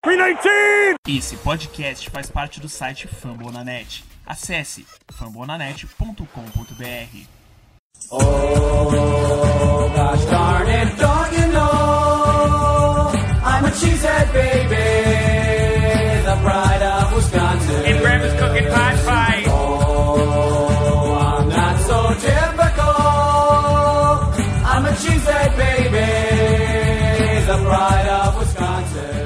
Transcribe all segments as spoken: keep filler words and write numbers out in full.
Esse podcast faz parte do site Fambonanet. Acesse fambonanet ponto com ponto b r. Oh, gosh darn it, don't you know I'm a cheesehead baby, the pride of Wisconsin. And Grandma's cooking pot pie. Oh, I'm not so typical, I'm a cheesehead baby, the pride of Wisconsin.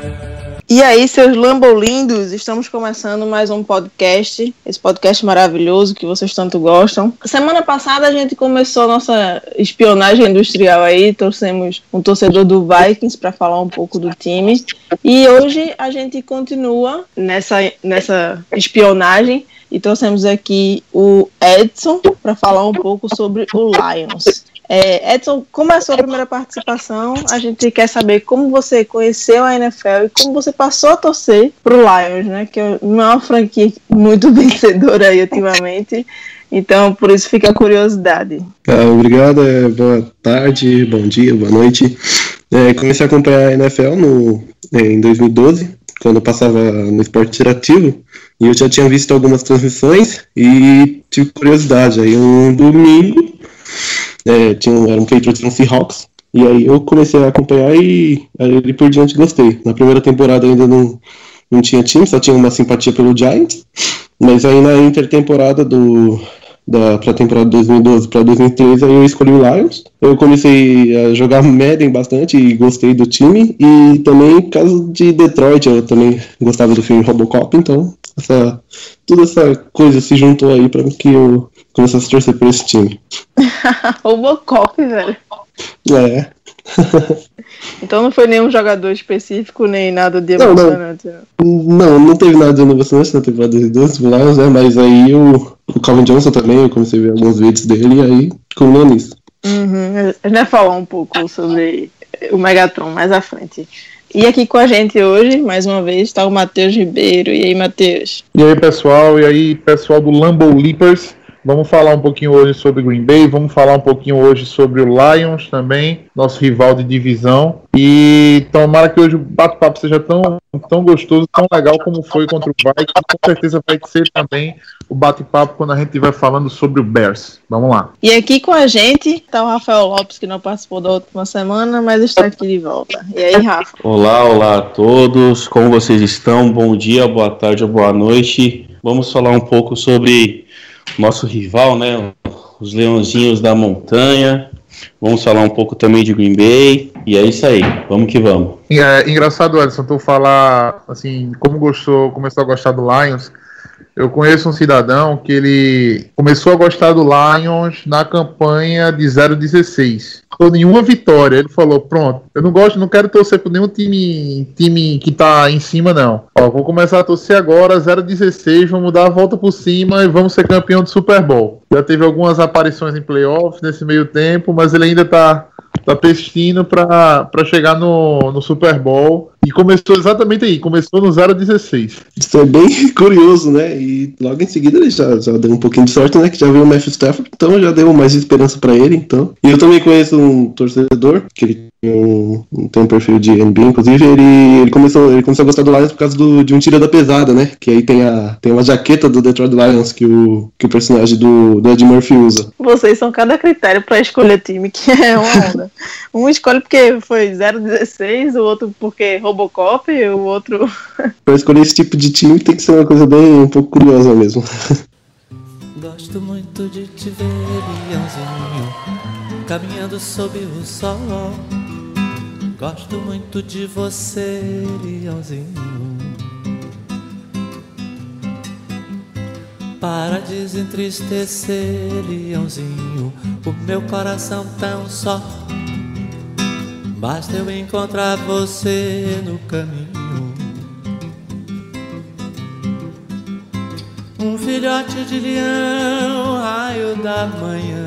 E aí, seus lambolindos, estamos começando mais um podcast, esse podcast maravilhoso que vocês tanto gostam. Semana passada a gente começou a nossa espionagem industrial aí, trouxemos um torcedor do Vikings para falar um pouco do time. E hoje a gente continua nessa, nessa espionagem e trouxemos aqui o Edson para falar um pouco sobre o Lions. É, Edson, como é a sua primeira participação? A gente quer saber como você conheceu a N F L e como você passou a torcer pro Lions, né? Que não é uma franquia muito vencedora aí ultimamente. Então, por isso fica a curiosidade. Ah, obrigado, é, boa tarde, bom dia, boa noite. É, comecei a acompanhar a N F L no, é, em dois mil e doze, quando eu passava no esporte interativo, e eu já tinha visto algumas transmissões e tive curiosidade. Aí um domingo, é, tinha um, era um Patriots e um Seahawks, e aí eu comecei a acompanhar e aí por diante gostei. Na primeira temporada ainda não, não tinha time, só tinha uma simpatia pelo Giants, mas aí na intertemporada do... da pra temporada dois mil e doze para dois mil e treze, aí eu escolhi o Lions. Eu comecei a jogar Madden bastante e gostei do time, e também por causa de Detroit, eu também gostava do filme Robocop, então essa, toda essa coisa se juntou aí para que eu começasse a torcer por esse time. Robocop, velho. É. Então não foi nenhum jogador específico, nem nada de Não, emocionante. não, não, não teve nada de emocionante na temporada dois mil e doze do Lions, né? Mas aí o, o Calvin Johnson também, eu comecei a ver alguns vídeos dele e aí culminou nisso. Uhum. A gente vai falar um pouco sobre o Megatron mais à frente. E aqui com a gente hoje, mais uma vez, está o Matheus Ribeiro. E aí, Matheus? E aí, pessoal? E aí, pessoal do Lambeau Leapers? Vamos falar um pouquinho hoje sobre Green Bay, vamos falar um pouquinho hoje sobre o Lions também, nosso rival de divisão. E tomara que hoje o bate-papo seja tão, tão gostoso, tão legal como foi contra o Vikings. Com certeza vai ser também o bate-papo quando a gente estiver falando sobre o Bears. Vamos lá. E aqui com a gente está o Rafael Lopes, que não participou da última semana, mas está aqui de volta. E aí, Rafa? Olá, olá a todos. Como vocês estão? Bom dia, boa tarde ou boa noite. Vamos falar um pouco sobre nosso rival, né, os Leãozinhos da Montanha. Vamos falar um pouco também de Green Bay. E é isso aí, vamos que vamos. É engraçado, Edson, tu falar assim, como gostou, começou a gostar do Lions. Eu conheço um cidadão que ele começou a gostar do Lions na campanha de zero dezesseis. Não nenhuma vitória. Ele falou, pronto, eu não gosto, não quero torcer por nenhum time, time que tá em cima, não. Ó, vou começar a torcer agora, zero dezesseis, vamos dar a volta por cima e vamos ser campeão do Super Bowl. Já teve algumas aparições em playoffs nesse meio tempo, mas ele ainda tá... tá pestino para chegar no, no Super Bowl. E começou exatamente aí, começou no zero dezesseis. Isso é bem curioso, né? E logo em seguida ele já, já deu um pouquinho de sorte, né? Que já veio o Matthew Stafford, então já deu mais esperança para ele. Então. E eu também conheço um torcedor, que ele um, tem um perfil de N B A, inclusive, ele, ele, começou, ele começou a gostar do Lions por causa do, de um Tira da Pesada, né? Que aí tem, a, tem uma jaqueta do Detroit Lions que o, que o personagem do, do Ed Murphy usa. Vocês são cada critério para escolher time, que é uma onda. Um escolhe porque foi zero dezesseis, o outro porque Robocop, o outro... Para escolher esse tipo de time tem que ser uma coisa bem um pouco curiosa mesmo. Gosto muito de te ver, leãozinho, caminhando sob o sol. Gosto muito de você, leãozinho. Para desentristecer, leãozinho, o meu coração tão só. Basta eu encontrar você no caminho. Um filhote de leão, raio da manhã.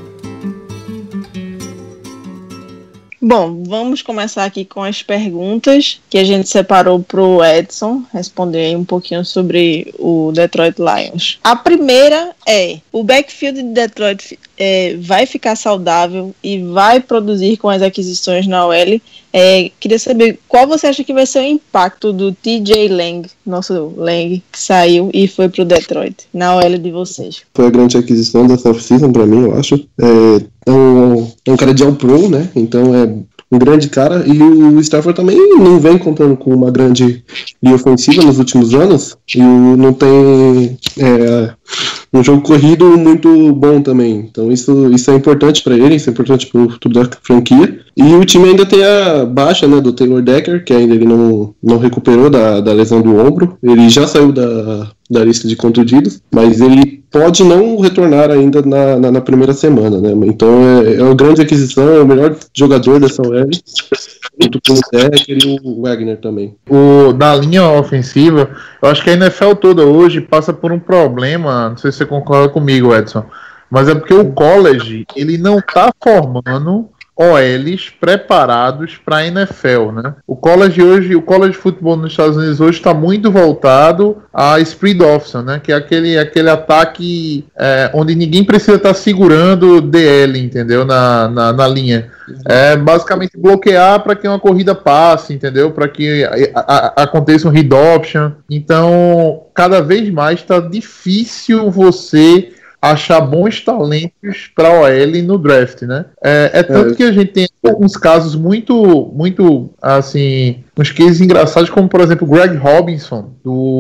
Bom, vamos começar aqui com as perguntas que a gente separou para o Edson responder aí um pouquinho sobre o Detroit Lions. A primeira é: o backfield de Detroit é, vai ficar saudável e vai produzir com as aquisições na O L? É, queria saber qual você acha que vai ser o impacto do T J Lang, nosso Lang, que saiu e foi pro Detroit, na O L de vocês. Foi a grande aquisição dessa off-season pra mim, eu acho. É, é, um, é um cara de All-Pro, né? Então é um grande cara. E o Stafford também não vem contando com uma grande linha ofensiva nos últimos anos. E não tem é, um jogo corrido muito bom também. Então isso, isso é importante para ele, isso é importante para o futuro da franquia. E o time ainda tem a baixa, né, do Taylor Decker, que ainda ele não, não recuperou da, da lesão do ombro. Ele já saiu da, da lista de contundidos, mas ele pode não retornar ainda na, na, na primeira semana, né? Então é, é uma grande aquisição, é o melhor jogador dessa O L, junto com o Decker e o Wagner também. O, da linha ofensiva, eu acho que a N F L toda hoje passa por um problema, não sei se você concorda comigo, Edson, mas é porque o college, ele não está formando O Ls preparados para a N F L, né? O college hoje, o college futebol nos Estados Unidos hoje está muito voltado a spread option, né? Que é aquele, aquele ataque é, onde ninguém precisa estar tá segurando D L, entendeu? Na, na, na linha. É basicamente bloquear para que uma corrida passe, entendeu? Para que a, a, a, aconteça um read option. Então, cada vez mais está difícil você achar bons talentos para O L no draft, né? É, é tanto é. que a gente tem uns casos muito, muito, assim, uns cases engraçados, como, por exemplo, o Greg Robinson,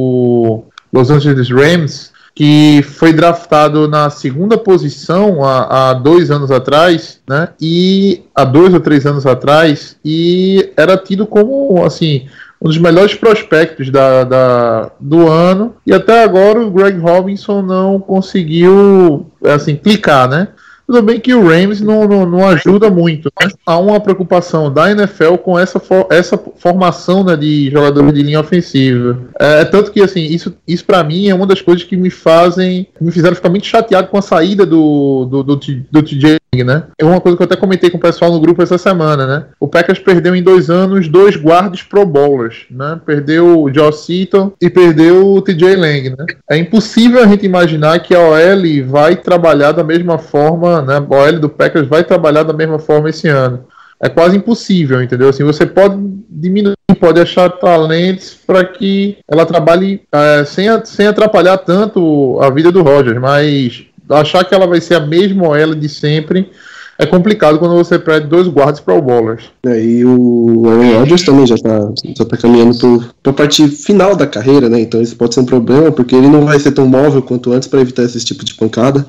do Los Angeles Rams, que foi draftado na segunda posição há, há dois anos atrás, né? E há dois ou três anos atrás, e era tido como, assim, um dos melhores prospectos da, da, do ano, e até agora o Greg Robinson não conseguiu, assim, clicar, né? Tudo bem que o Rams não, não, não ajuda muito, né? Há uma preocupação da N F L com essa, for, essa formação, né, de jogadores de linha ofensiva. É, tanto que, assim, isso, isso pra mim é uma das coisas que me fazem, me fizeram ficar muito chateado com a saída do, do, do, do T J, né? É uma coisa que eu até comentei com o pessoal no grupo essa semana, né? O Packers perdeu em dois anos dois guardas pro bowlers, né? Perdeu o Josh Seaton e perdeu o T J Lang, né? É impossível a gente imaginar que a O L vai trabalhar da mesma forma, né? A O L do Packers vai trabalhar da mesma forma esse ano. É quase impossível, entendeu? Assim, você pode diminuir, pode achar talentos para que ela trabalhe é, sem, sem atrapalhar tanto a vida do Rodgers, mas achar que ela vai ser a mesma O L de sempre é complicado quando você perde dois guardas para o bowlers. É, e o Aaron Rodgers também já está já tá caminhando para a parte final da carreira, né? Então isso pode ser um problema, porque ele não vai ser tão móvel quanto antes para evitar esse tipo de pancada.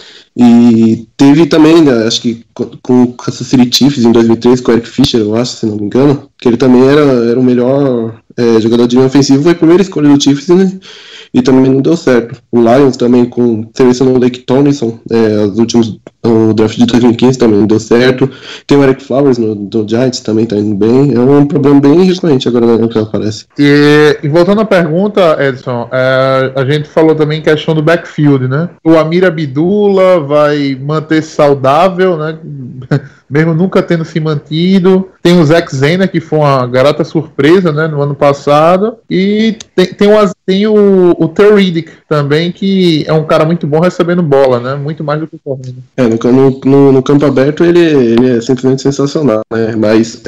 E teve também, né, acho que com o Kansas City Chiefs em dois mil e três, com o Eric Fisher, eu acho, se não me engano, que ele também era, era o melhor é, jogador de linha ofensiva, foi a primeira escolha do Chiefs, né? E também não deu certo. O Lions também com selecionou o Lake Tomlinson, é, os últimos, o draft de dois mil e quinze também não deu certo. Tem o Eric Flowers no, no Giants, também tá indo bem. É um problema bem recorrente agora, né, que aparece. E, e voltando à pergunta, Edson, é, a gente falou também em questão do backfield, né? O Amir Abdullah vai manter-se saudável, né? Mesmo nunca tendo se mantido. Tem o Zach Zena, que foi uma garota surpresa, né, no ano passado. E tem, tem, o, tem o, o Theo Riddick também, que é um cara muito bom recebendo bola, né? Muito mais do que correndo. É, no, no, no campo aberto ele, ele é simplesmente sensacional, né? Mas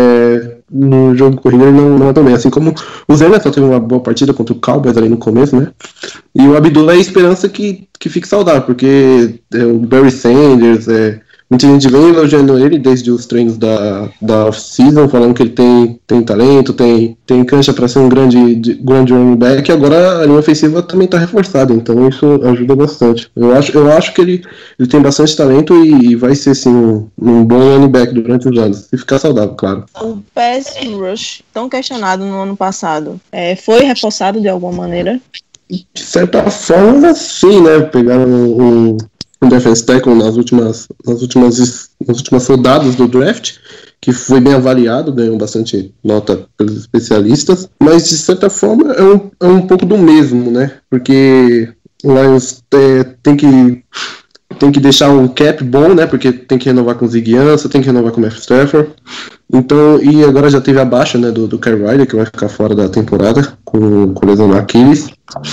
é, no jogo corrido ele não, não é tão bem. Assim como o Zena só teve uma boa partida contra o Cowboys ali no começo, né? E o Abdullah é a esperança que, que fique saudável, porque é, o Barry Sanders, é, muita gente vem elogiando ele desde os treinos da, da off-season, falando que ele tem, tem talento, tem, tem cancha para ser um grande, grande running back, e agora a linha ofensiva também está reforçada, então isso ajuda bastante. Eu acho, eu acho que ele, ele tem bastante talento e, e vai ser sim, um, um bom running back durante os anos, se ficar saudável, claro. O pass rush, tão questionado no ano passado, é, foi reforçado de alguma maneira? De certa forma, sim, né? Pegaram um, um um defense tackle nas últimas, nas últimas, nas últimas rodadas do draft, que foi bem avaliado, ganhou bastante nota pelos especialistas, mas de certa forma é um, é um pouco do mesmo, né? Porque o Lions é, tem que tem que deixar um cap bom, né? Porque tem que renovar com o Ziggy Ansah, tem que renovar com o Matthew Stafford. Então, e agora já teve a baixa, né, do, do Kyle Ryder, que vai ficar fora da temporada com, com lesão no Aquiles.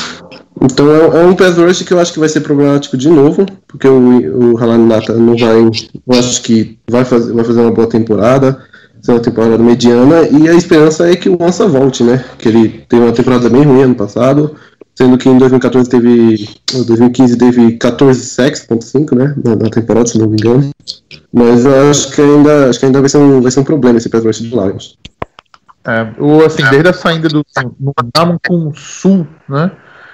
Então é, é um pass rush que eu acho que vai ser problemático de novo, porque o, o Halani Nata não vai, eu acho que vai fazer, vai fazer uma boa temporada. ser uma temporada mediana, e a esperança é que o Ansah volte, né? Que ele teve uma temporada bem ruim ano passado, sendo que em dois mil e quatorze teve, dois mil e quinze teve catorze sacks, ponto cinco, né? Na, na temporada, se não me engano. Mas eu acho que ainda, acho que ainda vai, ser um, vai ser um problema esse pass rush do Lions. É, o, assim, desde a saída do Ndamukong Suh, né?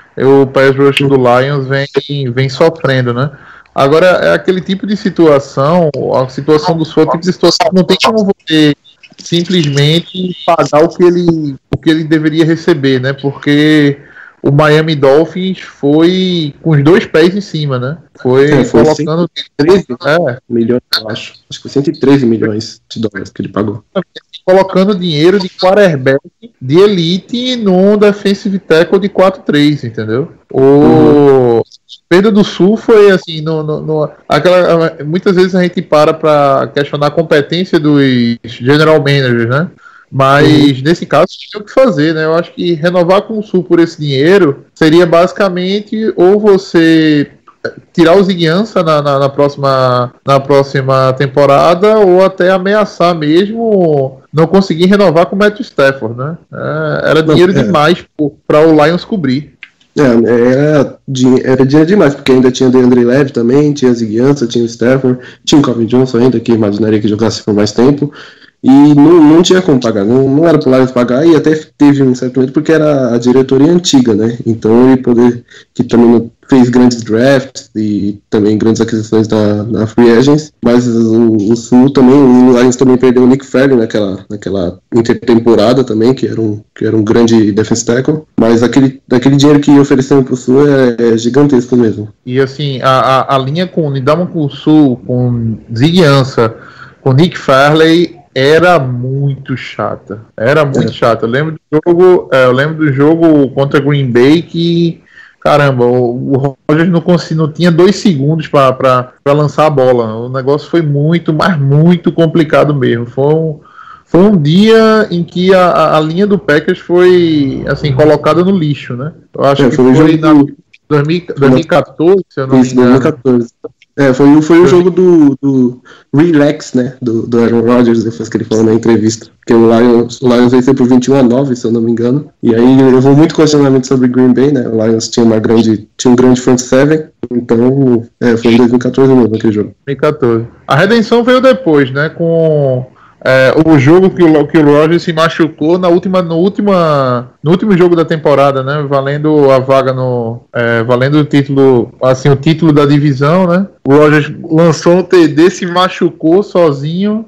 O pass rush do Lions vem, vem sofrendo, né? Agora, é aquele tipo de situação, a situação do Suh é o tipo de situação que não tem como você simplesmente pagar o que ele, o que ele deveria receber, né? Porque o Miami Dolphins foi com os dois pés em cima, né? Foi, é, foi colocando cento e treze é. milhões, eu acho. Acho que foi cento e treze milhões de dólares que ele pagou. Colocando dinheiro de quarterback de elite num defensive tackle de quatro três, entendeu? O uhum. perda do Sul foi assim, no, no, no, aquela, muitas vezes a gente para para questionar a competência dos general managers, né? Mas uhum. nesse caso tinha o que fazer, né? Eu acho que renovar com o Sul por esse dinheiro seria basicamente ou você tirar o Ziggy Ansah na, na, na, próxima, na próxima temporada ou até ameaçar mesmo não conseguir renovar com o Matthew Stafford, né? É, era dinheiro não, é. demais para o Lions cobrir. É, era, era dinheiro demais, porque ainda tinha DeAndre Levy também, tinha Ziggy Ansah, tinha o Stafford, tinha o Calvin Johnson ainda, que imaginaria que jogasse por mais tempo. E não, não tinha como pagar, não, não era pro Lions pagar, e até teve um certo momento porque era a diretoria antiga, né? Então ele poder, que também fez grandes drafts e também grandes aquisições na, na Free Agents, mas o, o Sul também, o Lions também perdeu o Nick Fairley naquela, naquela intertemporada também, que era um, que era um grande defensive tackle, mas aquele, aquele dinheiro que ofereceram pro Sul é, é gigantesco mesmo. E assim, a, a, a linha com o Ndamukong Suh, com Ziggy Ansah, com Nick Fairley era muito chata. Era muito é. chata. Eu lembro do jogo, é, eu lembro do jogo contra Green Bay que, caramba, o, o Rodgers não, não tinha dois segundos para lançar a bola. O negócio foi muito, mas muito complicado mesmo. Foi um, foi um dia em que a, a linha do Packers foi assim, colocada no lixo, né? Eu acho é, que foi, foi na dois mil e quatorze, se eu não Isso, me engano. dois mil e quatorze. É, foi, foi o jogo do, do Relax, né, do, do Aaron Rodgers, depois que ele falou na entrevista, que o Lions, o Lions venceu por vinte e um a nove, se eu não me engano, e aí eu vou muito questionamento sobre Green Bay, né, o Lions tinha, uma grande, tinha um grande front seven, então é, foi em dois mil e quatorze mesmo aquele jogo. dois mil e quatorze. A redenção veio depois, né, com é, o jogo que o, que o Rodgers se machucou na última, no, última, no último jogo da temporada, né, valendo a vaga no, é, valendo o título, assim, o título da divisão, né. O Rodgers lançou um T D, se machucou sozinho,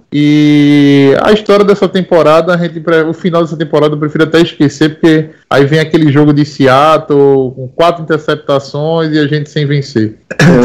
e a história dessa temporada, a gente, o final dessa temporada eu prefiro até esquecer, porque aí vem aquele jogo de Seattle com quatro interceptações e a gente sem vencer.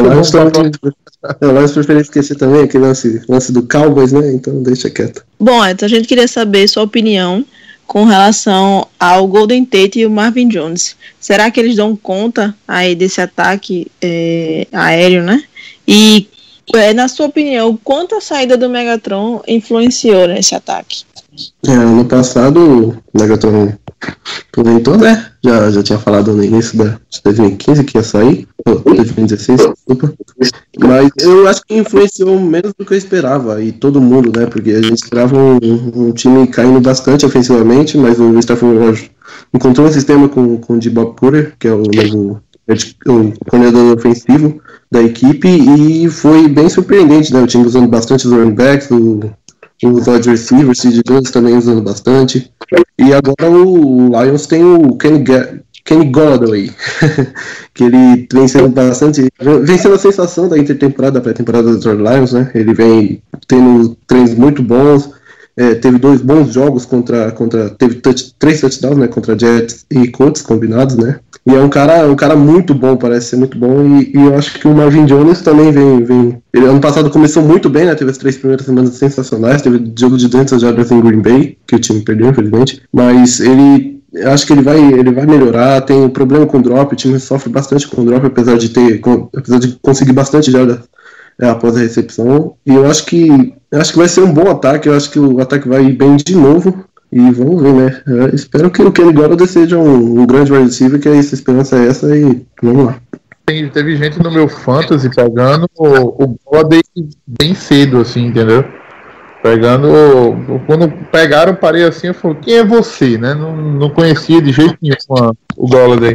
É, o Lions prefere esquecer também aquele lance, lance do Cowboys, né? Então deixa quieto. Bom, Edson, a gente queria saber sua opinião com relação ao Golden Tate e o Marvin Jones. Será que eles dão conta aí desse ataque é, aéreo, né? E, é, na sua opinião, quanto a saída do Megatron influenciou nesse ataque? É, ano passado o Megatron aposentou, né? Já, já tinha falado no início da, de dois mil e quinze que ia sair, ou dois mil e dezesseis, desculpa. Mas eu acho que influenciou menos do que eu esperava, e todo mundo, né? Porque a gente esperava um, um time caindo bastante ofensivamente, mas o Stafford Lodge encontrou um sistema com, com o de Bob Cooter, que é o novo o coordenador ofensivo da equipe, e foi bem surpreendente, né? O time usando bastante os running backs, o os wide receivers, C J Jones também usando bastante. E agora o Lions tem o Kenny, Kenny Golladay, que ele vem sendo bastante, vem sendo a sensação da intertemporada, da pré-temporada dos Lions, né? Ele vem tendo treinos muito bons, é, teve dois bons jogos contra, contra teve touch, três touchdowns, né? Contra Jets e Colts combinados, né? E é um cara, um cara muito bom, parece ser muito bom, e, e eu acho que o Marvin Jones também vem, vem... Ele ano passado começou muito bem, né, teve as três primeiras semanas sensacionais, teve jogo de duzentas jardas em Green Bay, que o time perdeu, infelizmente, mas ele, acho que ele vai, ele vai melhorar, tem problema com drop, o time sofre bastante com drop, apesar de ter, com, apesar de conseguir bastante jardas é, após a recepção, e eu acho que, eu acho que vai ser um bom ataque, eu acho que o ataque vai ir bem de novo. E vamos ver, né? Eu espero que o Kenny Golladay seja um, um grande wide receiver, que a esperança é essa, e vamos lá. Tem, teve gente no meu fantasy pegando o, o Golladay bem cedo, assim, entendeu? Pegando. Quando pegaram, eu parei assim, eu falei, quem é você, né? Não, não conhecia de jeito nenhum o Golladay.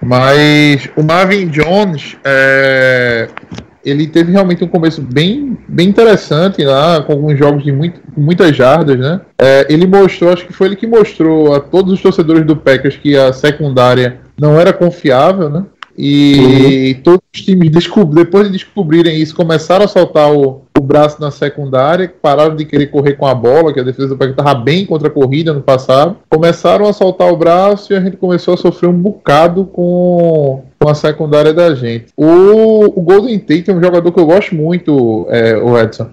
Mas o Marvin Jones, é, ele teve realmente um começo bem, bem interessante lá, com alguns jogos de muito, muitas jardas, né? É, ele mostrou, acho que foi ele que mostrou a todos os torcedores do Packers que a secundária não era confiável, né? E uhum. todos os times, depois de descobrirem isso, começaram a soltar o, o braço na secundária, pararam de querer correr com a bola, que a defesa do Packers estava bem contra a corrida no passado, começaram a soltar o braço e a gente começou a sofrer um bocado com, com a secundária da gente. O, o Golden Tate é um jogador que eu gosto muito, é, o Edson.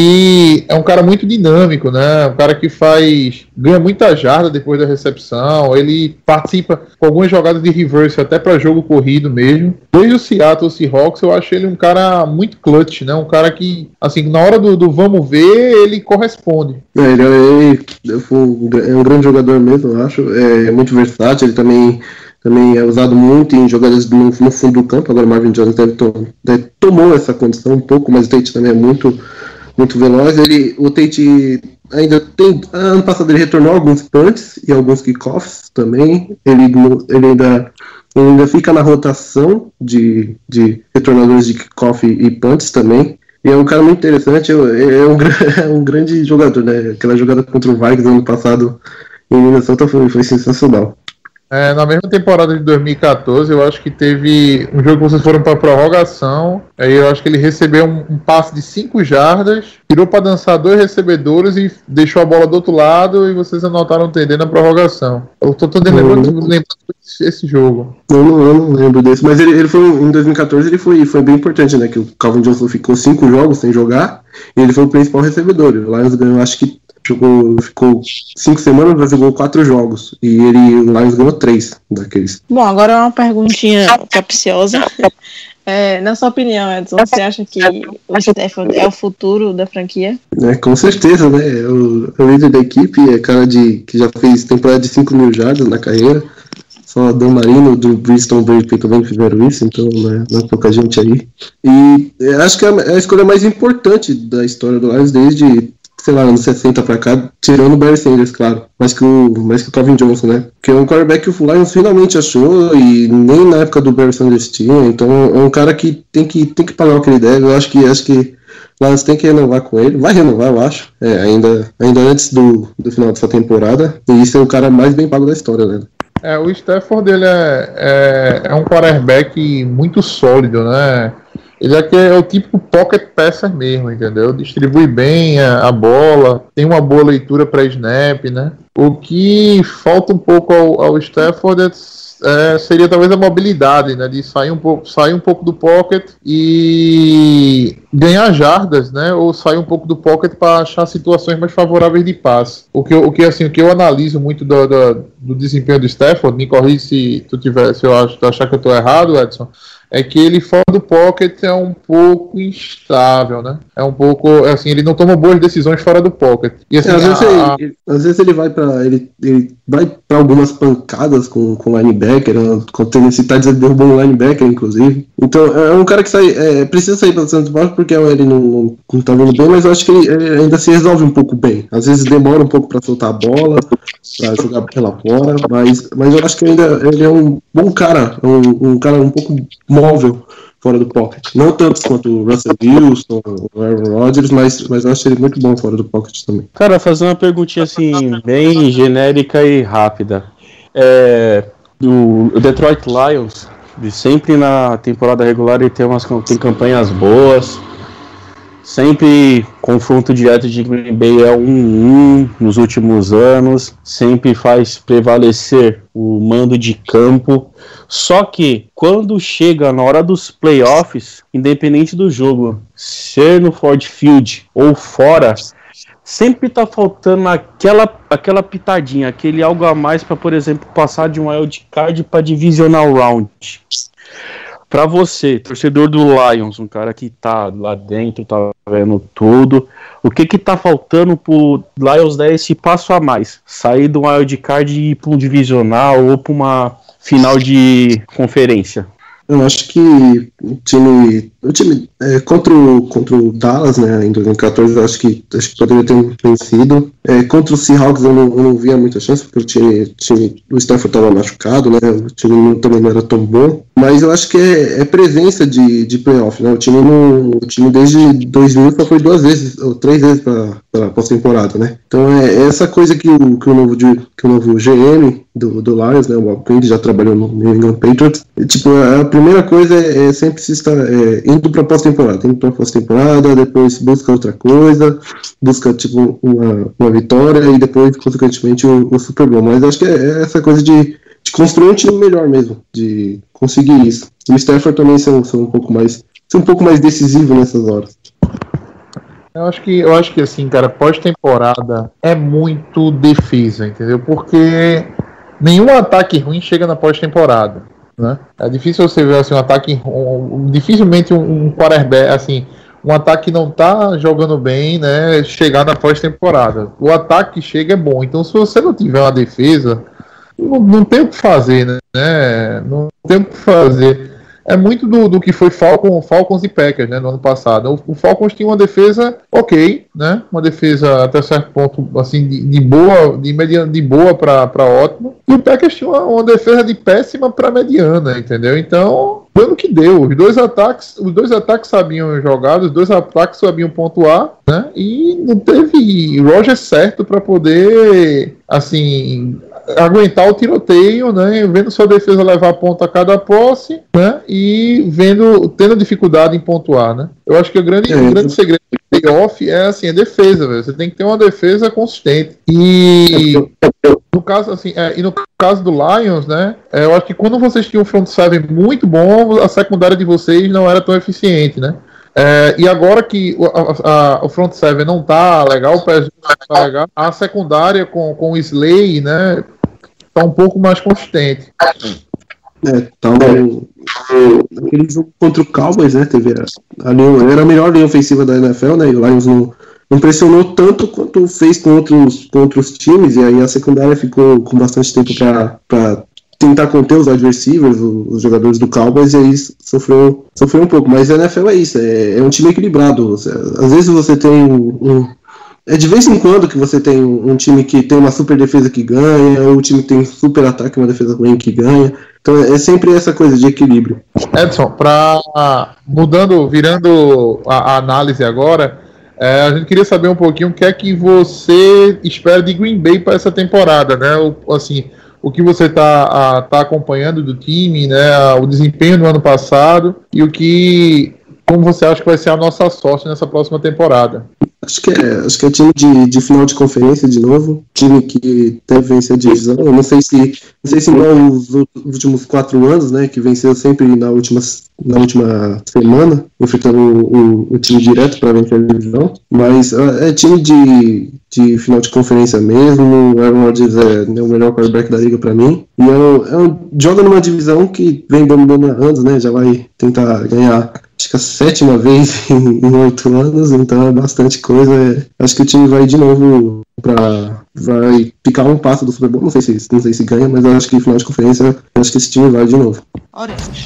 Ele é um cara muito dinâmico, né? Um cara que faz, ganha muita jarda depois da recepção, ele participa com algumas jogadas de reverse até para jogo corrido mesmo. Desde o Seattle Seahawks eu acho ele um cara muito clutch, né? Um cara que, assim, na hora do, do vamos ver, ele corresponde. É, ele, é, ele é um grande jogador mesmo, eu acho. É, é muito versátil, ele também... Também é usado muito em jogadas no, no fundo do campo. Agora o Marvin Jones deve to, deve, tomou essa condição um pouco, mas o Tate também é muito, muito veloz. Ele, o Tate ainda tem... Ano passado ele retornou alguns punts e alguns kickoffs também. Ele, ele, ainda, ele ainda fica na rotação de, de retornadores de kickoff e punts também. E é um cara muito interessante, é um, é um grande jogador, né? Aquela jogada contra o Vikings ano passado em Minnesota foi, foi sensacional. É, na mesma temporada de dois mil e catorze, eu acho que teve um jogo que vocês foram para prorrogação. Aí eu acho que ele recebeu um, um passe de cinco jardas, tirou para dançar dois recebedores e deixou a bola do outro lado. E vocês anotaram o T D na prorrogação. Eu tô, tô lembrando, lembrando desse jogo. Eu não, eu não lembro desse, mas ele, ele foi em dois mil e catorze, ele foi, foi bem importante, né? Que o Calvin Johnson ficou cinco jogos sem jogar e ele foi o principal recebedor. O Lions ganhou, acho que. Jogou, ficou cinco semanas, mas jogou quatro jogos. E ele, o Lions ganhou três daqueles. Bom, agora uma perguntinha capciosa. É, na sua opinião, Edson, você acha que o Stafford é o futuro da franquia? É, com certeza, né? É o, é o líder da equipe, é cara de, que já fez temporada de cinco mil jardas na carreira. Só Dan Marino, do Bristol Brady também fizeram isso, então né, não é pouca gente aí. E é, acho que é a, é a escolha mais importante da história do Lions desde... sei lá, anos sessenta pra cá, tirando o Barry Sanders, claro, mais que o, mais que o Calvin Johnson, né? Que é um quarterback que o Lions finalmente achou e nem na época do Barry Sanders tinha, então é um cara que tem que, tem que pagar o que ele deve. Eu acho que, acho que o Lions tem que renovar com ele, vai renovar, eu acho, é, ainda, ainda antes do, do final dessa temporada, e isso é o cara mais bem pago da história, né? É, o Stafford, ele é, é, é um quarterback muito sólido, né? Ele aqui é o típico pocket passer mesmo, entendeu? Distribui bem a, a bola, tem uma boa leitura para snap, né? O que falta um pouco ao, ao Stafford é, seria talvez a mobilidade, né? De sair um pouco, sair um pouco do pocket e ganhar jardas, né? Ou sair um pouco do pocket para achar situações mais favoráveis de passe. O que, o que assim, o que eu analiso muito do, do, do desempenho do Stafford, me corrija se tu tiver, se eu acho, tu achar que eu estou errado, Edson. É que ele fora do pocket é um pouco instável, né? É um pouco, assim, ele não toma boas decisões fora do pocket. E, assim, é, às, a, vezes ele, às vezes ele vai para ele, ele vai para algumas pancadas com o linebacker, com necessidade de derrubar um linebacker, inclusive. Então é um cara que sai, é, precisa sair para Santos Borges porque ele não, não, não tá vindo bem, mas eu acho que ele, ele ainda se resolve um pouco bem. Às vezes demora um pouco para soltar a bola, para jogar pela fora, mas, mas eu acho que ainda ele é um bom cara, um, um cara um pouco móvel fora do pocket. Não tanto quanto o Russell Wilson, o Aaron Rodgers, mas, mas eu acho ele muito bom fora do pocket também. Cara, fazer uma perguntinha assim, bem genérica e rápida. É, o, o Detroit Lions, de sempre na temporada regular, ele tem, umas, tem campanhas boas. Sempre confronto direto de Green Bay é um a um nos últimos anos. Sempre faz prevalecer o mando de campo. Só que quando chega na hora dos playoffs, independente do jogo, ser no Ford Field ou fora, sempre tá faltando aquela, aquela pitadinha, aquele algo a mais para, por exemplo, passar de um wild card para divisional round. Pra você, torcedor do Lions, um cara que tá lá dentro, tá vendo tudo, o que que tá faltando pro Lions dar esse passo a mais? Sair do wildcard e ir pra um divisional ou pra uma final de conferência? Eu acho que o time, o time é, contra, o, contra o Dallas, né, em dois mil e catorze, eu acho que, acho que poderia ter vencido. É, contra o Seahawks eu não, eu não via muita chance, porque o time, time o Stafford estava machucado, né, o time também não era tão bom. Mas eu acho que é, é presença de, de playoff, né, o time, não, o time desde dois mil só foi duas vezes, ou três vezes para a pós-temporada, né. Então é essa coisa que o, que o, novo, que o novo G M do, do Lions, né, o Bob Quinn, já trabalhou no New England Patriots, e, tipo, a primeira coisa é, é sempre se estar é, indo para pós-temporada, indo para pós-temporada, depois busca outra coisa, busca tipo uma, uma vitória e depois, consequentemente, o, o Super Bowl. Mas acho que é, é essa coisa de, de construir um time melhor mesmo, de conseguir isso. E o Stafford também ser, ser um pouco mais, ser um pouco mais decisivo nessas horas. Eu acho que, eu acho que assim, cara, pós-temporada é muito defesa, entendeu? Porque nenhum ataque ruim chega na pós-temporada, né? É difícil você ver assim, um ataque, um, dificilmente um, um quarterback, assim, um ataque que não tá jogando bem, né, chegar na pós-temporada. O ataque que chega é bom, então se você não tiver uma defesa, não, não tem o que fazer, né? Não tem o que fazer. É muito do, do que foi Falcon, Falcons e Packers, né, no ano passado. O, o Falcons tinha uma defesa ok, né, uma defesa até certo ponto assim, de, de boa, de, mediana, de boa para ótima. E o Packers tinha uma, uma defesa de péssima para mediana, entendeu? Então, foi no que deu. Os dois ataques, os dois ataques sabiam jogar, os dois ataques sabiam pontuar, né? E não teve Roger certo para poder, assim, aguentar o tiroteio, né, vendo sua defesa levar ponto a cada posse, né, e vendo, tendo dificuldade em pontuar, né. Eu acho que o grande, o grande segredo do playoff é assim, a defesa, velho. Você tem que ter uma defesa consistente. E no caso, assim, é, e no caso do Lions, né, é, eu acho que quando vocês tinham um front seven muito bom, a secundária de vocês não era tão eficiente, né. É, e agora que o, a, a, o front seven não tá legal, o pé não tá legal, a secundária com, com o Slay, né, tá um pouco mais consistente. É, tá um, aquele jogo contra o Cowboys, né, teve a, a linha, era a melhor linha ofensiva da N F L, né, e o Lions não, não pressionou tanto quanto fez com outros, com outros times, e aí a secundária ficou com bastante tempo para tentar conter os adversários, os, os jogadores do Cowboys, e aí sofreu, sofreu um pouco. Mas a N F L é isso, é, é um time equilibrado. Às vezes você tem um, um... É de vez em quando que você tem um, um time que tem uma super defesa que ganha, ou um time que tem um super ataque e uma defesa ruim que ganha. Então é sempre essa coisa de equilíbrio. Edson, para mudando, virando a, a análise agora, é, a gente queria saber um pouquinho o que é que você espera de Green Bay para essa temporada, né? O, assim, o que você está tá acompanhando do time, né? O desempenho do ano passado e o que, como você acha que vai ser a nossa sorte nessa próxima temporada? Acho que é, acho que é time de, de final de conferência de novo, time que deve vencer a divisão. Eu não sei se, não sei se igual os últimos quatro anos, né, que venceu sempre na última, na última semana, enfrentando o, o, o time direto para vencer a divisão. Mas é time de, de final de conferência mesmo. O Aaron Rodgers é, é o melhor quarterback da liga para mim. E é um, é um, joga numa divisão que vem dominando há anos, né, já vai tentar ganhar, acho que a sétima vez em oito anos, então é bastante coisa. Acho que o time vai de novo para vai picar um passo do Super Bowl. Não sei se, não sei se ganha, mas eu acho que no final de conferência, acho que esse time vai de novo. Orelhas.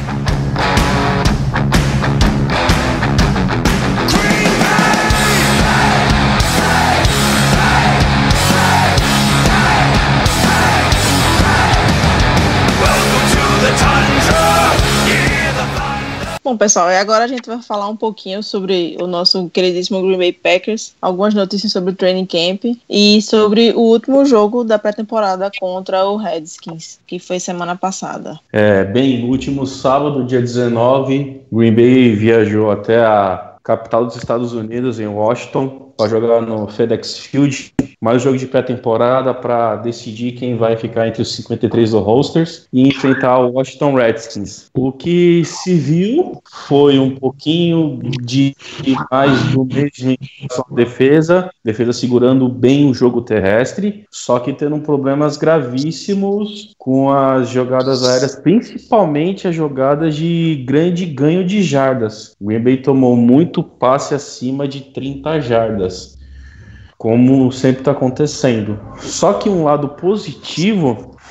Bom, pessoal, e agora a gente vai falar um pouquinho sobre o nosso queridíssimo Green Bay Packers, algumas notícias sobre o training camp e sobre o último jogo da pré-temporada contra o Redskins, que foi semana passada. É, bem, no último sábado, dia dezenove, Green Bay viajou até a capital dos Estados Unidos, em Washington, para jogar no FedEx Field, mais um jogo de pré-temporada para decidir quem vai ficar entre os cinquenta e três do Roosters e enfrentar o Washington Redskins. O que se viu foi um pouquinho de mais do mesmo em defesa, defesa segurando bem o jogo terrestre, só que tendo problemas gravíssimos com as jogadas aéreas, principalmente as jogadas de grande ganho de jardas. O Green Bay tomou muito passe acima de trinta jardas, como sempre está acontecendo. Só que um lado positivo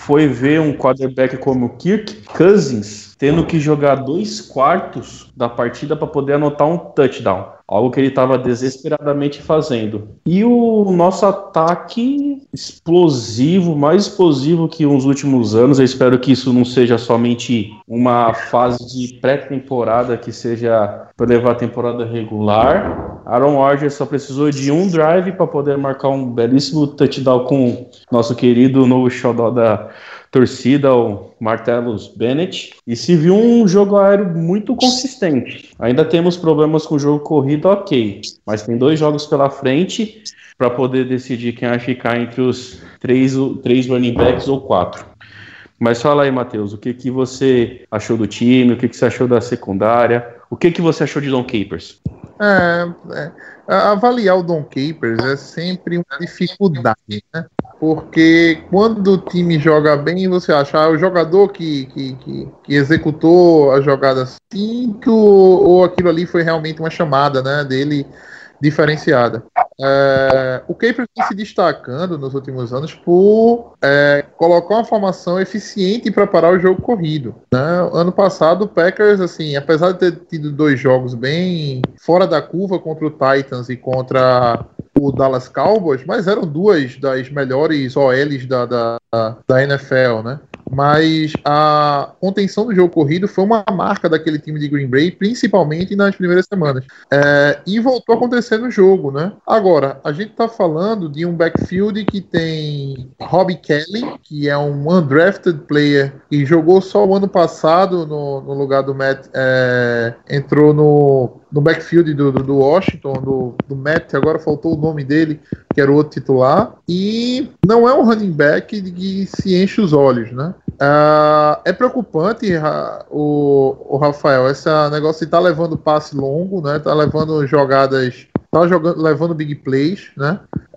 foi ver um quarterback como o Kirk Cousins tendo que jogar dois quartos da partida para poder anotar um touchdown. Algo que ele estava desesperadamente fazendo. E o nosso ataque explosivo, mais explosivo que nos últimos anos. Eu espero que isso não seja somente uma fase de pré-temporada, que seja para levar a temporada regular. Aaron Rodgers só precisou de um drive para poder marcar um belíssimo touchdown com nosso querido novo xodó da torcida, o Martellus Bennett, e se viu um jogo aéreo muito consistente. Ainda temos problemas com o jogo corrido, ok, mas tem dois jogos pela frente para poder decidir quem vai ficar entre os três, três running backs ou quatro. Mas fala aí, Matheus, o que, que você achou do time, o que, que você achou da secundária, o que, que você achou de Dom Capers? É, é, avaliar o Dom Capers é sempre uma dificuldade, né? Porque quando o time joga bem, você acha ah, o jogador que, que, que, que executou a jogada cinco ou aquilo ali foi realmente uma chamada, né, dele diferenciada. É, o Capers vem se destacando nos últimos anos por é, colocar uma formação eficiente para parar o jogo corrido, né? Ano passado o Packers, assim, apesar de ter tido dois jogos bem fora da curva contra o Titans e contra o Dallas Cowboys, mas eram duas das melhores O Ls da, da, da N F L, né? Mas a contenção do jogo corrido foi uma marca daquele time de Green Bay, principalmente nas primeiras semanas. É, e voltou a acontecer no jogo, né? Agora, a gente tá falando de um backfield que tem Robbie Kelly, que é um undrafted player, e jogou só o ano passado no, no lugar do Matt, é, entrou no, no backfield do, do, do Washington, do, do Matt, agora faltou o nome dele, que era o outro titular, e não é um running back que se enche os olhos, né? Uh, é preocupante uh, o, o Rafael, esse negócio de estar tá levando passe longo, né? Tá levando jogadas, tá jogando, levando big plays, né?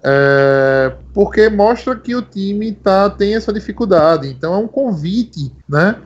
É, porque mostra que o time tá, tem essa dificuldade. Então é um convite, né,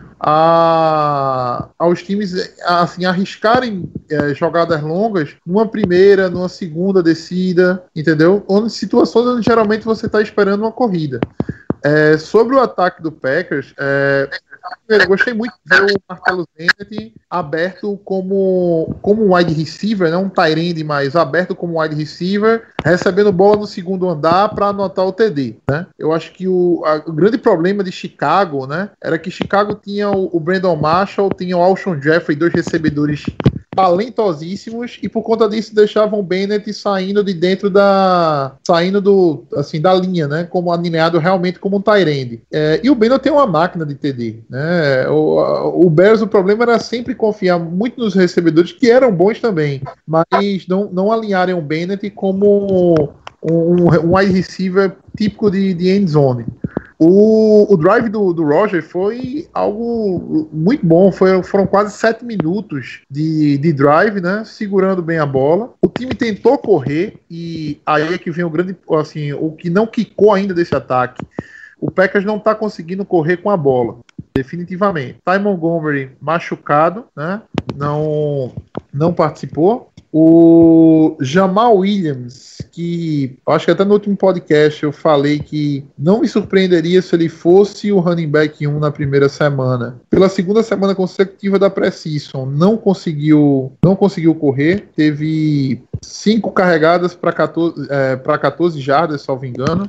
a, aos times assim, arriscarem é, jogadas longas numa primeira, numa segunda descida, entendeu? Onde situações onde geralmente você está esperando uma corrida. É, sobre o ataque do Packers, é, eu gostei muito de ver o Martellus Bennett aberto como, como um wide receiver, não um tight end, mas aberto como wide receiver, recebendo bola no segundo andar para anotar o T D, né? Eu acho que o, a, o grande problema de Chicago, né, era que Chicago tinha o, o Brandon Marshall, tinha o Alshon Jeffrey, dois recebedores talentosíssimos, e por conta disso deixavam o Bennett saindo de dentro da saindo do, assim, da linha, né, como alinhado realmente como um tight end. É, e o Bennett tem uma máquina de T D, né? O, o Bears, o problema era sempre confiar muito nos recebedores, que eram bons também, mas não, não alinharem o Bennett como um, um wide receiver típico de, de end zone. O, o drive do, do Roger foi algo muito bom, foi, foram quase sete minutos de, de drive, né, segurando bem a bola. O time tentou correr, e aí é que vem o grande, assim, o que não quicou ainda desse ataque. O Packers não está conseguindo correr com a bola, definitivamente. Ty Montgomery machucado, né, não, não participou. O Jamal Williams, que acho que até no último podcast eu falei que não me surpreenderia se ele fosse o running back um na primeira semana. Pela segunda semana consecutiva da pré-season, não conseguiu, não conseguiu correr, teve cinco carregadas para quatorze, é, para quatorze jardas, salvo engano.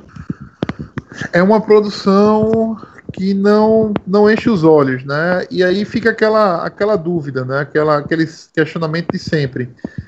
É uma produção que não, não enche os olhos, né? E aí fica aquela, aquela dúvida, né? Aquela, aquele questionamento de sempre.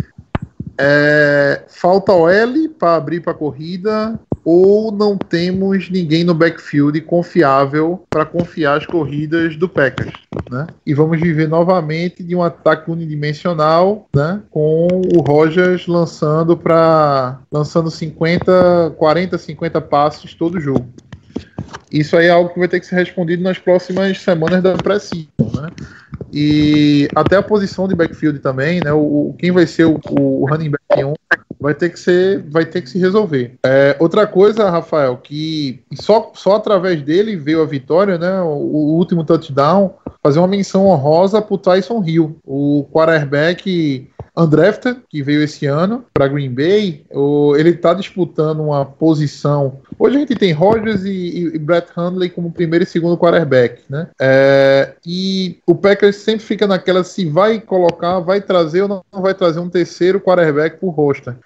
É, falta O L para abrir para a corrida, ou não temos ninguém no backfield confiável para confiar as corridas do Packers, né? E vamos viver novamente de um ataque unidimensional, né? Com o Rodgers lançando para lançando cinquenta, quarenta, cinquenta passes todo jogo. Isso aí é algo que vai ter que ser respondido nas próximas semanas da pré-season, né? E até a posição de backfield também, né? O, quem vai ser o, o running back um vai ter que ser, vai ter que se resolver. É, outra coisa, Rafael, que só, só através dele veio a vitória, né? O, o último touchdown, fazer uma menção honrosa para o Tyson Hill, o quarterback undrafted, que veio esse ano para Green Bay. O, ele está disputando uma posição. Hoje a gente tem Rodgers e, e, e Brett Hundley como primeiro e segundo quarterback, né? É, e o Packers sempre fica naquela se vai colocar, vai trazer ou não vai trazer um terceiro quarterback pro roster.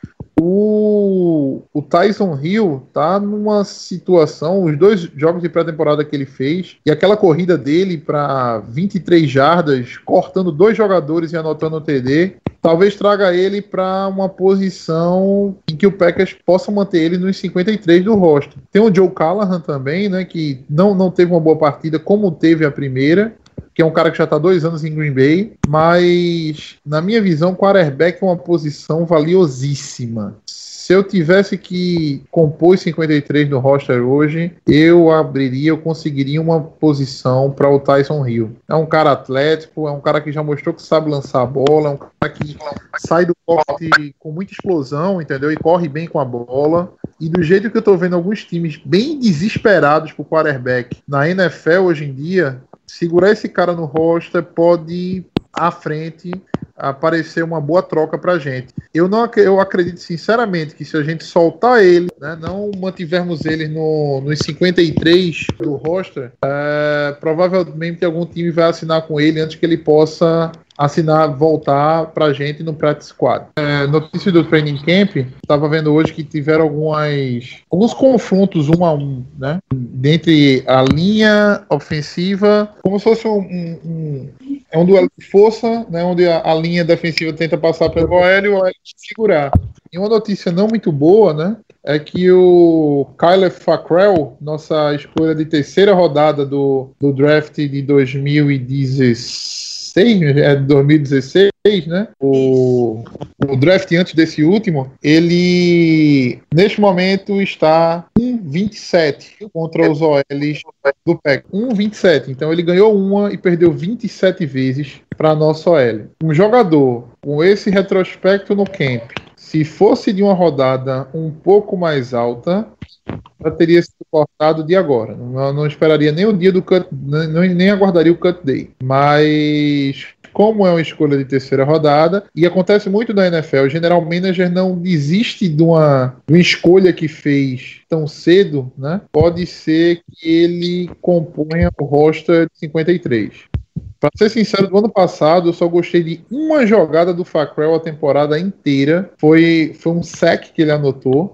O, o Tyson Hill tá numa situação, os dois jogos de pré-temporada que ele fez, e aquela corrida dele para vinte e três jardas, cortando dois jogadores e anotando o T D, talvez traga ele para uma posição em que o Packers possa manter ele nos cinquenta e três do roster. Tem o Joe Callahan também, né, que não, não teve uma boa partida como teve a primeira, que é um cara que já está dois anos em Green Bay, mas, na minha visão, quarterback é uma posição valiosíssima. Se eu tivesse que compor os cinquenta e três no roster hoje, eu abriria, eu conseguiria uma posição para o Tyson Hill. É um cara atlético, é um cara que já mostrou que sabe lançar a bola, é um cara que sai do pocket com muita explosão, entendeu? E corre bem com a bola. E do jeito que eu estou vendo alguns times bem desesperados por quarterback na N F L hoje em dia, segurar esse cara no roster pode ir à frente, aparecer uma boa troca pra gente. Eu não eu acredito sinceramente que se a gente soltar ele, né, não mantivermos ele no, nos cinquenta e três do roster, é, provavelmente algum time vai assinar com ele antes que ele possa assinar, voltar pra gente no practice squad. É, notícia do training camp, estava vendo hoje que tiveram algumas, alguns confrontos um a um, né, entre a linha ofensiva, como se fosse um, um, um é um duelo de força, né, onde a, a linha defensiva tenta passar pelo O L e o O L segurar. E uma notícia não muito boa, né, é que o Kyler Fackrell, nossa escolha de terceira rodada do, do draft de dois mil e dezesseis, é dois mil e dezesseis, né? O, o draft antes desse último, ele neste momento está um vinte e sete contra os O Ls do Pack. um vinte e sete. Então ele ganhou uma e perdeu vinte e sete vezes para a nossa O L. Um jogador com esse retrospecto no camp, se fosse de uma rodada um pouco mais alta, já teria sido cortado de agora. Não, não esperaria nem o dia do cut, nem, nem aguardaria o cut day. Mas, como é uma escolha de terceira rodada, e acontece muito na N F L, o general manager não desiste de uma, de uma escolha que fez tão cedo, né? Pode ser que ele componha o roster de cinquenta e três. Pra ser sincero, do ano passado eu só gostei de uma jogada do Fackrell a temporada inteira. Foi, foi um sack que ele anotou.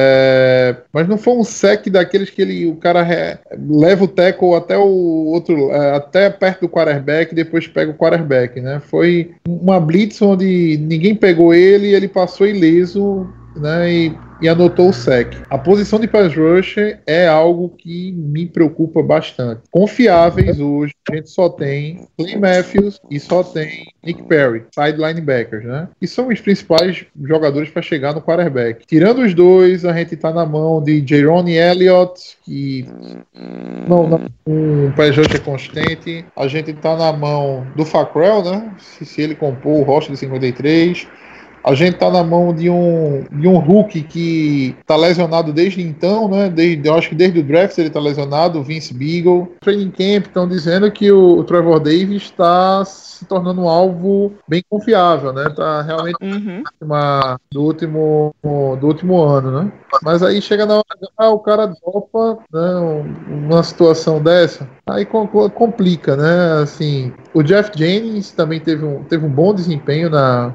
É, mas não foi um sack daqueles que ele, o cara re, leva o tackle até o outro, é, até perto do quarterback e depois pega o quarterback, né? Foi uma blitz onde ninguém pegou ele e ele passou ileso, né? E e anotou o sack. A posição de pass rusher é algo que me preocupa bastante. Confiáveis hoje, a gente só tem Clay Matthews e só tem Nick Perry, side linebackers, né? Que são os principais jogadores para chegar no quarterback. Tirando os dois, a gente tá na mão de Jaron Elliott, que não, não um pass rusher constante. A gente tá na mão do Fackrell, né? Se, se ele compor o roster de cinquenta e três. A gente tá na mão de um, de um rookie que tá lesionado desde então, né? Desde, eu acho que desde o draft ele tá lesionado, o Vince Beagle. Training camp estão dizendo que o, o Trevor Davis está se tornando um alvo bem confiável, né? Tá realmente uhum. uma, do, último, do último ano, né? Mas aí chega na hora, ah, o cara dropa, né, uma situação dessa, aí complica, né? Assim, o Jeff Jennings também teve um, teve um bom desempenho na,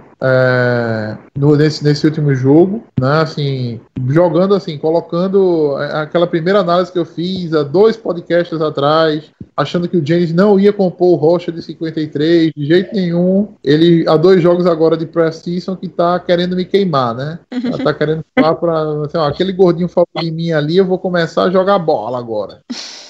é, no, nesse, nesse último jogo, né? Assim, jogando assim, colocando aquela primeira análise que eu fiz há dois podcasts atrás, achando que o Jennings não ia compor o roster de cinquenta e três, de jeito nenhum. Ele, há dois jogos agora de pré-season que tá querendo me queimar, né? Ela tá querendo falar pra, assim, ó, aquele gordinho falou de mim ali, eu vou começar a jogar bola agora.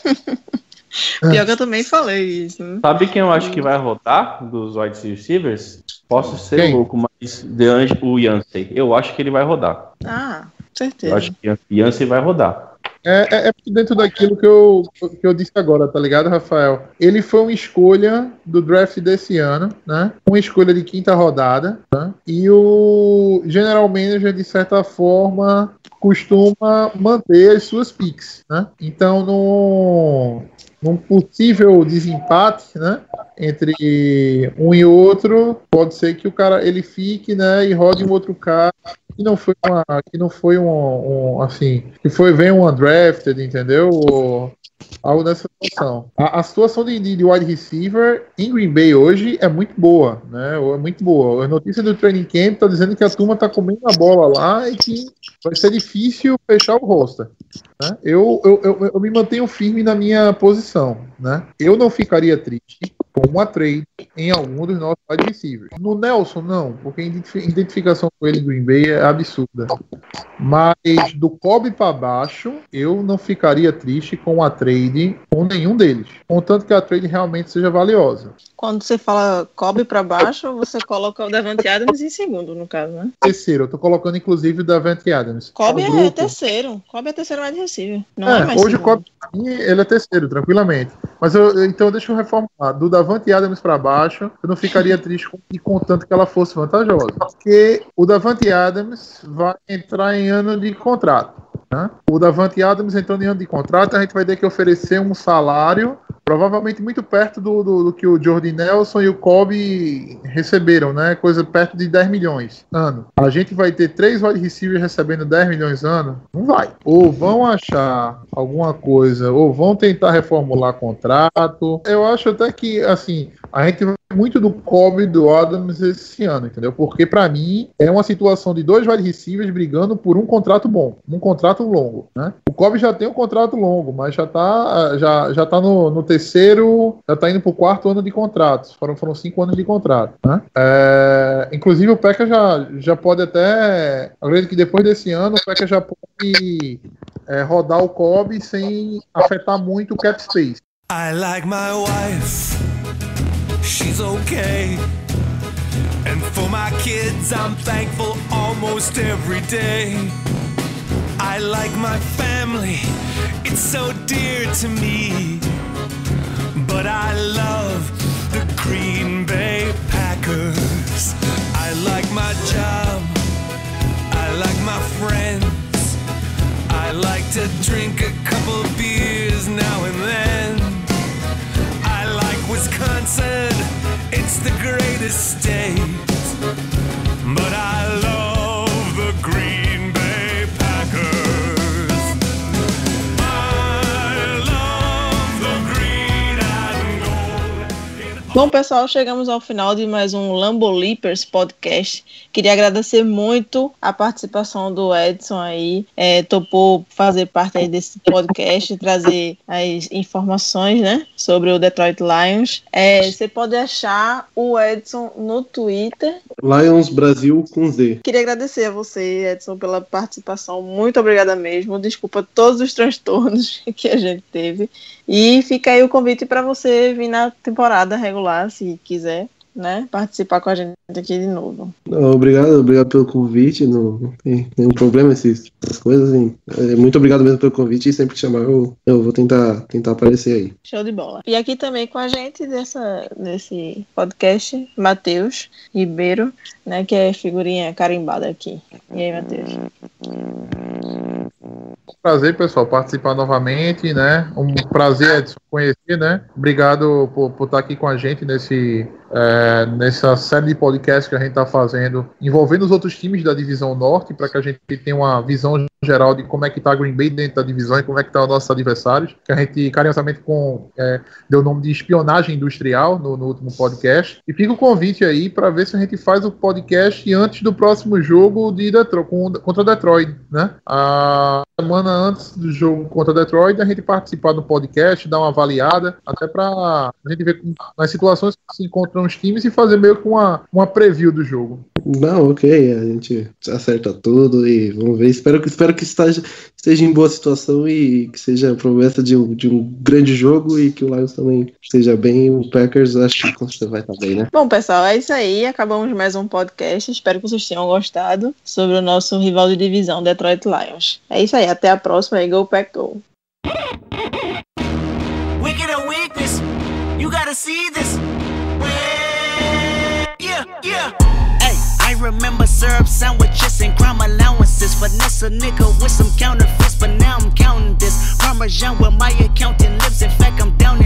Pior que eu também falei isso. Né? Sabe quem eu acho que vai rodar dos wide receivers? Posso ser quem? louco, mas DeAngelo, o Yancey. Eu acho que ele vai rodar. Ah, certeza. Eu acho que o Yancey vai rodar. É, é, é dentro daquilo que eu, que eu disse agora, tá ligado, Rafael? Ele foi uma escolha do draft desse ano, né? Uma escolha de quinta rodada, né? E o general manager, de certa forma, costuma manter as suas picks, né? Então, no... num possível desempate, né, entre um e outro, pode ser que o cara ele fique, né, e rode um outro cara que não foi uma, que não foi um, um assim, que foi vem um undrafted, entendeu? Ou algo nessa situação. A, a situação de, de wide receiver em Green Bay hoje é muito boa, né? É muito boa. A notícia do training camp tá dizendo que a turma tá comendo a bola lá e que vai ser difícil fechar o roster. Né? Eu, eu, eu, eu me mantenho firme na minha posição, né? Eu não ficaria triste com uma trade em algum dos nossos wide receivers. No Nelson, não, porque a identificação com ele em Green Bay é absurda. Mas do Cobb para baixo, eu não ficaria triste com a trade com nenhum deles. Contanto que a trade realmente seja valiosa. Quando você fala Cobb para baixo, você coloca o Davante Adams em segundo, no caso, né? Terceiro, eu tô colocando inclusive o Davante Adams. Cobb é grupo. terceiro. Cobb é terceiro wide receiver. Não é, é mais hoje segundo. O Cobb, ele é terceiro, tranquilamente. Mas eu, então deixa eu reformular. Do Davante Adams para baixo, eu não ficaria triste com, e contanto que ela fosse vantajosa. Porque o Davante Adams vai entrar em ano de contrato. Né? O Davante Adams entrando em ano de contrato, a gente vai ter que oferecer um salário provavelmente muito perto do, do, do que o Jordy Nelson e o Cobb receberam, né? Coisa perto de dez milhões ano. A gente vai ter três wide receivers recebendo dez milhões ano? Não vai. Ou vão achar alguma coisa, ou vão tentar reformular contrato. Eu acho até que, assim, a gente vai muito do Cobb e do Adams esse ano, entendeu? Porque pra mim é uma situação de dois wide receivers brigando por um contrato bom, um contrato longo, né? O Cobb já tem um contrato longo, mas já tá, já, já tá no, no terceiro, já tá indo pro quarto ano de contrato. Foram, foram cinco anos de contrato, né? É, inclusive o Packers já, já pode até, acredito que depois desse ano o Packers já pode é, rodar o Cobb sem afetar muito o cap space. I like my wife. She's okay. And for my kids, I'm thankful almost every day. I like my family, it's so dear to me. But I love the Green Bay Packers. I like my job, I like my friends. I like to drink a couple beers now and then. Wisconsin, it's the greatest state, but I love the Green Bay Packers. I love the green and gold. Bom, pessoal, chegamos ao final de mais um Lambeau Leapers podcast. Queria agradecer muito a participação do Edson aí, é, topou fazer parte aí desse podcast, trazer as informações, né, sobre o Detroit Lions. É, você pode achar o Edson no Twitter. Lions Brasil com Z. Queria agradecer a você, Edson, pela participação. Muito obrigada mesmo. Desculpa todos os transtornos que a gente teve. E fica aí o convite para você vir na temporada regular, se quiser, né, participar com a gente aqui de novo. Obrigado, obrigado pelo convite. Não, não tem nenhum problema essas, essas coisas. Hein? Muito obrigado mesmo pelo convite e sempre que chamar eu, eu vou tentar, tentar aparecer aí. Show de bola. E aqui também com a gente dessa, desse podcast, Matheus Ribeiro, né, que é figurinha carimbada aqui. E aí, Matheus? Prazer, pessoal, participar novamente, né? Um prazer, Edson, conhecer, né? Obrigado por, por estar aqui com a gente nesse, é, nessa série de podcasts que a gente está fazendo, envolvendo os outros times da Divisão Norte, para que a gente tenha uma visão geral de como é que está Green Bay dentro da divisão e como é que estão tá os nossos adversários, que a gente carinhosamente com, é, deu o nome de espionagem industrial no, no último podcast. E fica o convite aí para ver se a gente faz o podcast antes do próximo jogo de Detroit, contra Detroit, né? A semana antes do jogo contra Detroit, a gente participar do podcast, dar uma avaliada, até para a gente ver nas situações que se encontram os times e fazer meio que uma, uma preview do jogo. Não, ok, a gente acerta tudo e vamos ver. Espero que, espero que esteja, esteja em boa situação e que seja a promessa de um, de um grande jogo e que o Lions também esteja bem. O Packers acho que com certeza vai estar bem, né? Bom, pessoal, é isso aí. Acabamos mais um podcast. Espero que vocês tenham gostado sobre o nosso rival de divisão, Detroit Lions. É isso aí. Até a próxima e Go Pack Go! Wicked or weakness, you gotta see this. Yeah, yeah. Hey, I remember syrup sandwiches and crime allowances. Finesse a nigga with some counterfeits, but now I'm counting this. Parmesan where my accountant lives. In fact, I'm down